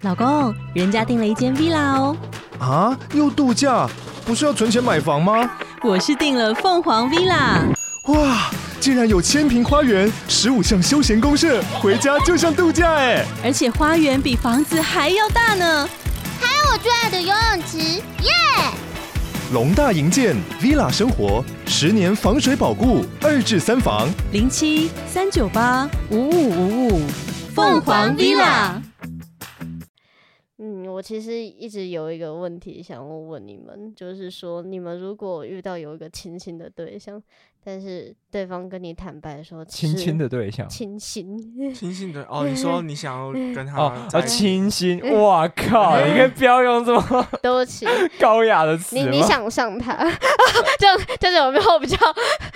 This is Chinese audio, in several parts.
老公，人家订了一间 villa 哦。 啊，又度假？不是要存钱买房吗？ 我是订了凤凰 villa。 哇，竟然有1000坪花园，15项休闲公社，回家就像度假哎！ 而且花园比房子还要大呢。 还有我最爱的游泳池，耶！ 龙大营建 villa 生活，10年防水保固，2至3房 07-398-5555，凤凰 villa。 我其实一直有一个问题想问你们，就是说，你们如果遇到有一个亲亲的对象，但是对方跟你坦白说， 亲亲的对象， 亲亲的哦，你说你想要跟他在一起亲亲，哇靠！你可以不要用这么对不起高雅的词吗？ 你想上他，这样有没有比较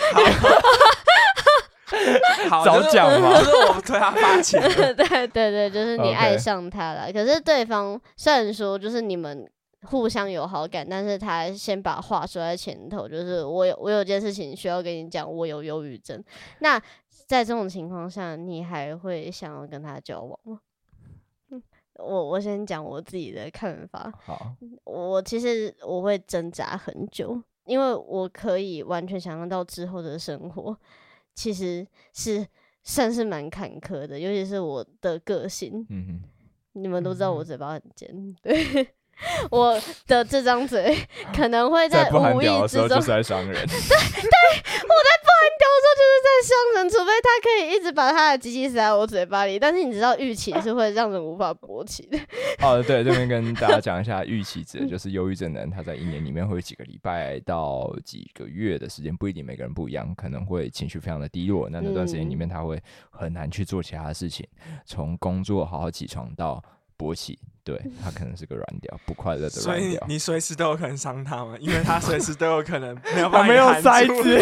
好？ 早讲嘛， 就是我对他发情。 对，就是你爱上他了。可是对方虽然说就是你们互相有好感，但是他先把话说在前头，就是我有件事情需要跟你讲，我有忧郁症。那在这种情况下，你还会想要跟他交往吗？我先讲我自己的看法。 好， 其实我会挣扎很久，因为我可以完全想象到之后的生活其实是算是蛮坎坷的，尤其是我的个性。你们都知道我嘴巴很尖，对。我的这张嘴可能会在无意之中就是在伤人。对，我在不含屌的时候就是在伤人，除非他可以一直把他的鸡鸡塞在我嘴巴里。但是你知道预期是会让人无法勃起的。 哦，对，这边跟大家讲一下，预期指的就是忧郁症的人，他在1年里面会有几个礼拜到几个月的时间，不一定每个人不一样，可能会情绪非常的低落。那段时间里面，他会很难去做其他的事情，从工作好好起床到勃起，对，他可能是个软屌，不快乐的软屌。 所以你随时都有可能伤他嘛，因为他随时都有可能没有办法没有塞子。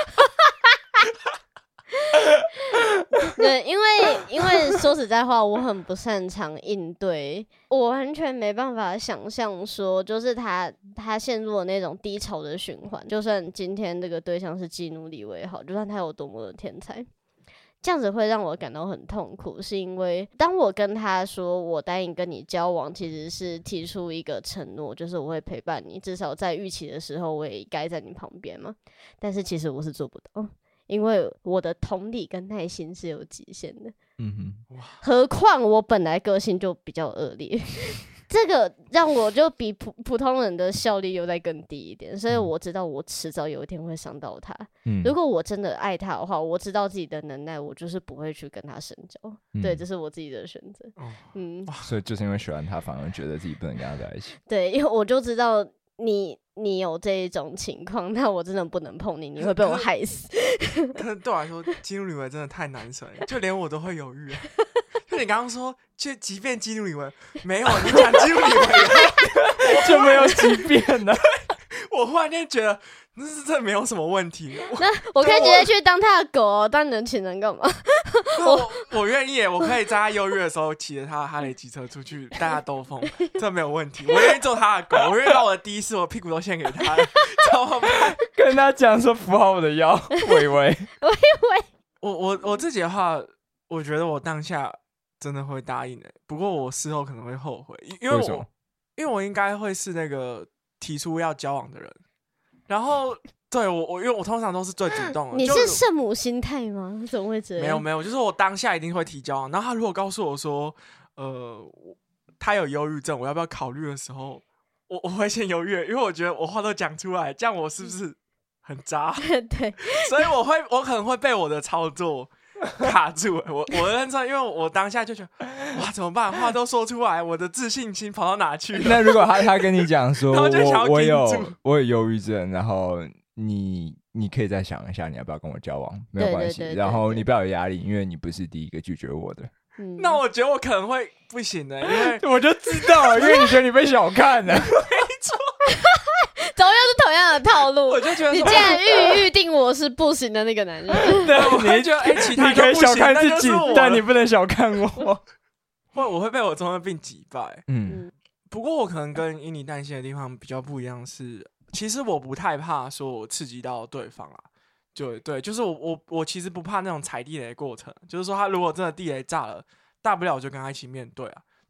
对，因为说实在话，我很不擅长应对，我完全没办法想象说，就是他陷入了那种低潮的循环。就算今天这个对象是基努里维好，就算他有多么的天才。这样子会让我感到很痛苦，是因为当我跟他说我答应跟你交往，其实是提出一个承诺，就是我会陪伴你，至少在预期的时候我也该在你旁边嘛。但是其实我是做不到，因为我的同理跟耐心是有极限的。何况我本来个性就比较恶劣。这个让我就比普通人的效率又再更低一点，所以我知道我迟早有一天会伤到他。如果我真的爱他的话，我知道自己的能耐，我就是不会去跟他深交。对，这是我自己的选择。 所以就是因为喜欢他，反而觉得自己不能跟他在一起。 对，因为我就知道你有这一种情况，那我真的不能碰你，你会被我害死。 可是对我来说，基努里维真的太难选了，就连我都会犹豫。就你刚刚说，就即便基努里维没有，你讲基努里维就没有即便了。 我忽然间觉得那是真的没有什么问题。 那我可以直接去当他的狗当你的情人干嘛？ 我愿意耶，我可以在他忧郁的时候骑着他的哈雷机车出去带他兜风，这没有问题。我愿意做他的狗，我愿意把我的第一次我屁股都献给他，怎么办？ 跟他讲说扶好我的腰，伟伟。 我自己的话，我觉得我当下真的会答应的，不过我事后可能会后悔，因为我应该会是那个提出要交往的人，然后对我因为我通常都是最主动的。 你是圣母心态吗？怎么会这样？ 没有，就是我当下一定会提交往，然后他如果告诉我说，他有忧郁症，我要不要考虑的时候，我会先犹豫，因为我觉得我话都讲出来，这样我是不是很渣？ 对， 所以我可能会被我的操作卡住。我认真，因为我当下就觉得哇怎么办？话都说出来，我的自信心跑到哪去了？ 那如果他跟你讲说我有忧郁症，然后你可以再想一下你要不要跟我交往，没有关系，然后你不要有压力，因为你不是第一个拒绝我的。 那我觉得我可能会不行的，因为我就知道，因为你觉得你被小看了。 没错。 怎么又是同样的套路？ 我就觉得你竟然预定我是不行的那个男人。 对， 你就其他你可以小看自己，但你不能小看我。 我会被我中二病击败。不过我可能跟因你担心的地方比较不一样是，其实我不太怕说我刺激到对方啦。对，就是我其实不怕那种踩地雷的过程，就是说他如果真的地雷炸了，大不了我就跟他一起面对啊。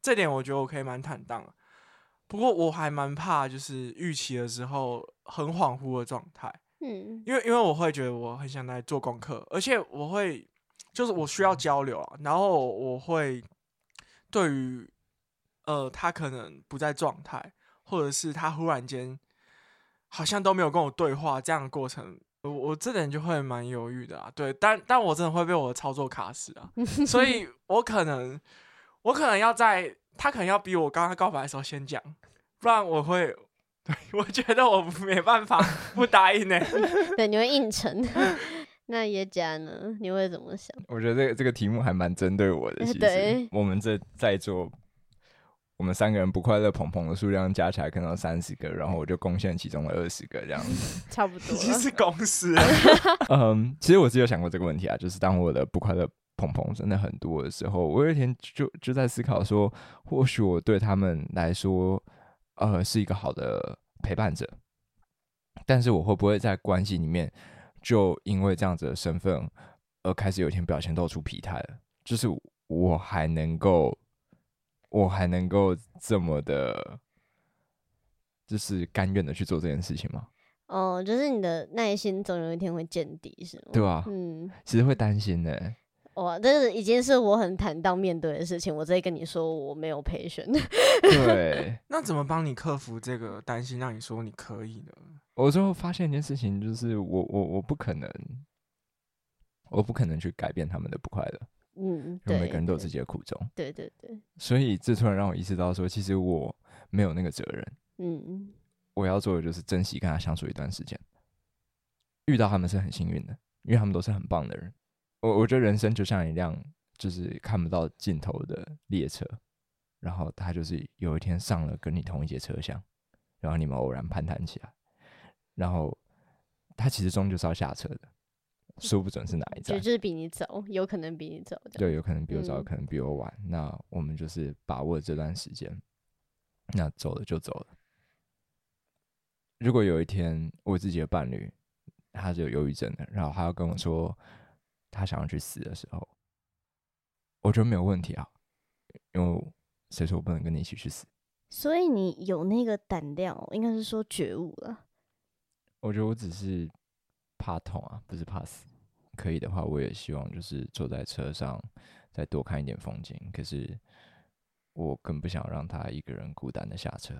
这点我觉得我可以蛮坦荡的。不过我还蛮怕就是预期的时候很恍惚的状态，因为我会觉得我很想来做功课，而且我会就是我需要交流啊，然后我会对于他可能不在状态，或者是他忽然间好像都没有跟我对话这样的过程，我这点就会蛮犹豫的啊。对，但我真的会被我的操作卡死啊，所以我可能要在他可能要比我刚刚告白的时候先讲，不然我会，对，我觉得我没办法不答应呢。 对，你会硬撑。那耶加呢？你会怎么想？ 我觉得这个题目还蛮针对我的。其实我们在座，我们3个人不快乐鹏鹏的数量加起来可能有30个，然后我就贡献其中的20个这样子， 差不多。 其实是公司。 其实我自己有想过这个问题啊，就是当我的不快乐鹏鹏真的很多的时候，我有一天就在思考说，或许我对他们来说，是一个好的陪伴者，但是我会不会在关系里面，就因为这样子的身份，而开始有一天表现露出疲态了？就是我还能够这么的，就是甘愿的去做这件事情吗？ 哦，就是你的耐心总有一天会见底，是吗？ 对吧？其实会担心的。 哇，这已经是我很坦荡面对的事情。我直接跟你说我没有patient。 对， 那怎么帮你克服这个担心，让你说你可以呢？ 我最后发现一件事情，就是我不可能去改变他们的不快乐。 对， 每个人都有自己的苦衷。 对对对。 所以这突然让我意识到说，其实我没有那个责任。我要做的就是珍惜跟他相处一段时间。遇到他们是很幸运的，因为他们都是很棒的人。我觉得人生就像一辆就是看不到尽头的列车，然后他就是有一天上了跟你同一节车厢，然后你们偶然攀谈起来，然后他其实终究是要下车的，说不准是哪一站， 就是比你早，有可能比你早， 对，有可能比我早，有可能比我晚。那我们就是把握这段时间，那走了就走了。如果有一天我自己的伴侣他是有忧郁症的，然后他要跟我说他想要去死的时候，我觉得没有问题啊，因为谁说我不能跟你一起去死？ 所以你有那个胆量，应该是说觉悟了。 我觉得我只是怕痛啊，不是怕死。可以的话，我也希望就是坐在车上再多看一点风景。可是我更不想让他一个人孤单的下车。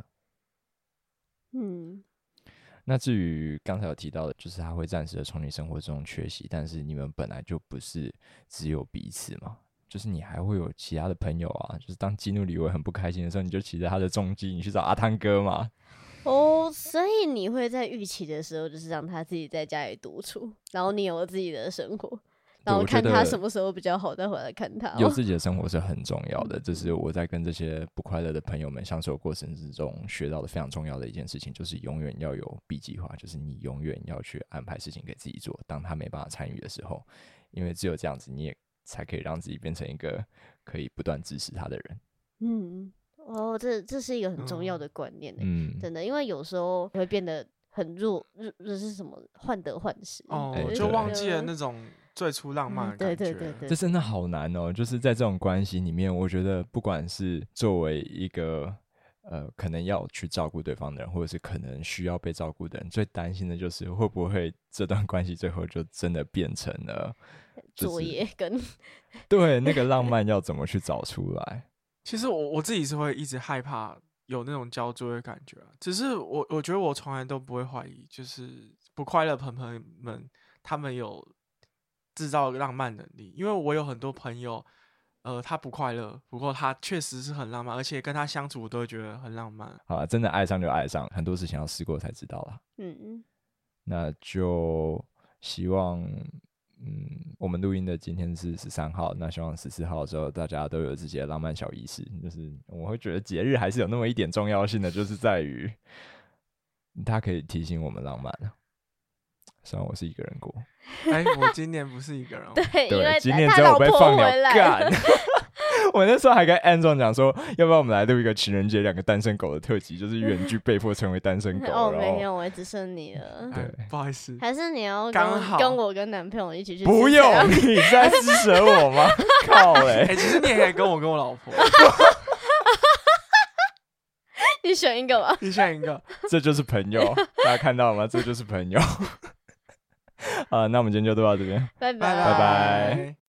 那至于刚才有提到的，就是他会暂时的从你生活中缺席，但是你们本来就不是只有彼此嘛，就是你还会有其他的朋友啊。就是当基努里维很不开心的时候，你就骑着他的重机，你去找阿汤哥嘛。 所以你会在预期的时候，就是让他自己在家里独处，然后你有自己的生活，然后看他什么时候比较好，再回来看他。 有自己的生活是很重要的，这是我在跟这些不快乐的朋友们相处的过程之中学到的非常重要的一件事情，就是永远要有 B 计划，就是你永远要去安排事情给自己做，当他没办法参与的时候，因为只有这样子，你也才可以让自己变成一个可以不断支持他的人。 这是一个很重要的观念，真的，因为有时候会变得很弱，是什么患得患失， 就忘记了那种最初浪漫的感觉。 对， 这真的好难哦。就是在这种关系里面，我觉得不管是作为一个可能要去照顾对方的人，或者是可能需要被照顾的人，最担心的就是会不会这段关系最后就真的变成了作业跟对那个浪漫要怎么去找出来。 其实我自己是会一直害怕有那种焦灼的感觉只是我觉得我从来都不会怀疑，就是不快乐朋友们他们有制造浪漫能力，因为我有很多朋友，他不快乐，不过他确实是很浪漫，而且跟他相处我都会觉得很浪漫。 好啦，真的爱上就爱上，很多事情要试过才知道啦。那就希望我们录音的今天是13号，那希望14号的时候大家都有自己的浪漫小仪式。就是我会觉得节日还是有那么一点重要性的，就是在于它可以提醒我们浪漫。虽然我是一个人过， 我今年不是一个人对，因为今年只有我被放鸟干。我那时候还跟 Anson 讲说，要不要我们来录一个情人节2个单身狗的特辑，就是远距被迫成为单身狗。 没有，我只剩你了。 对， 不好意思， 还是你要跟我跟男朋友一起去？ 不用，你在施舍我吗？靠嘞！ 其实你也可以跟我老婆。 你选一个吧。 你选一个。 这就是朋友，大家看到了吗？这就是朋友。那我们今天就录到这边， 拜拜拜拜。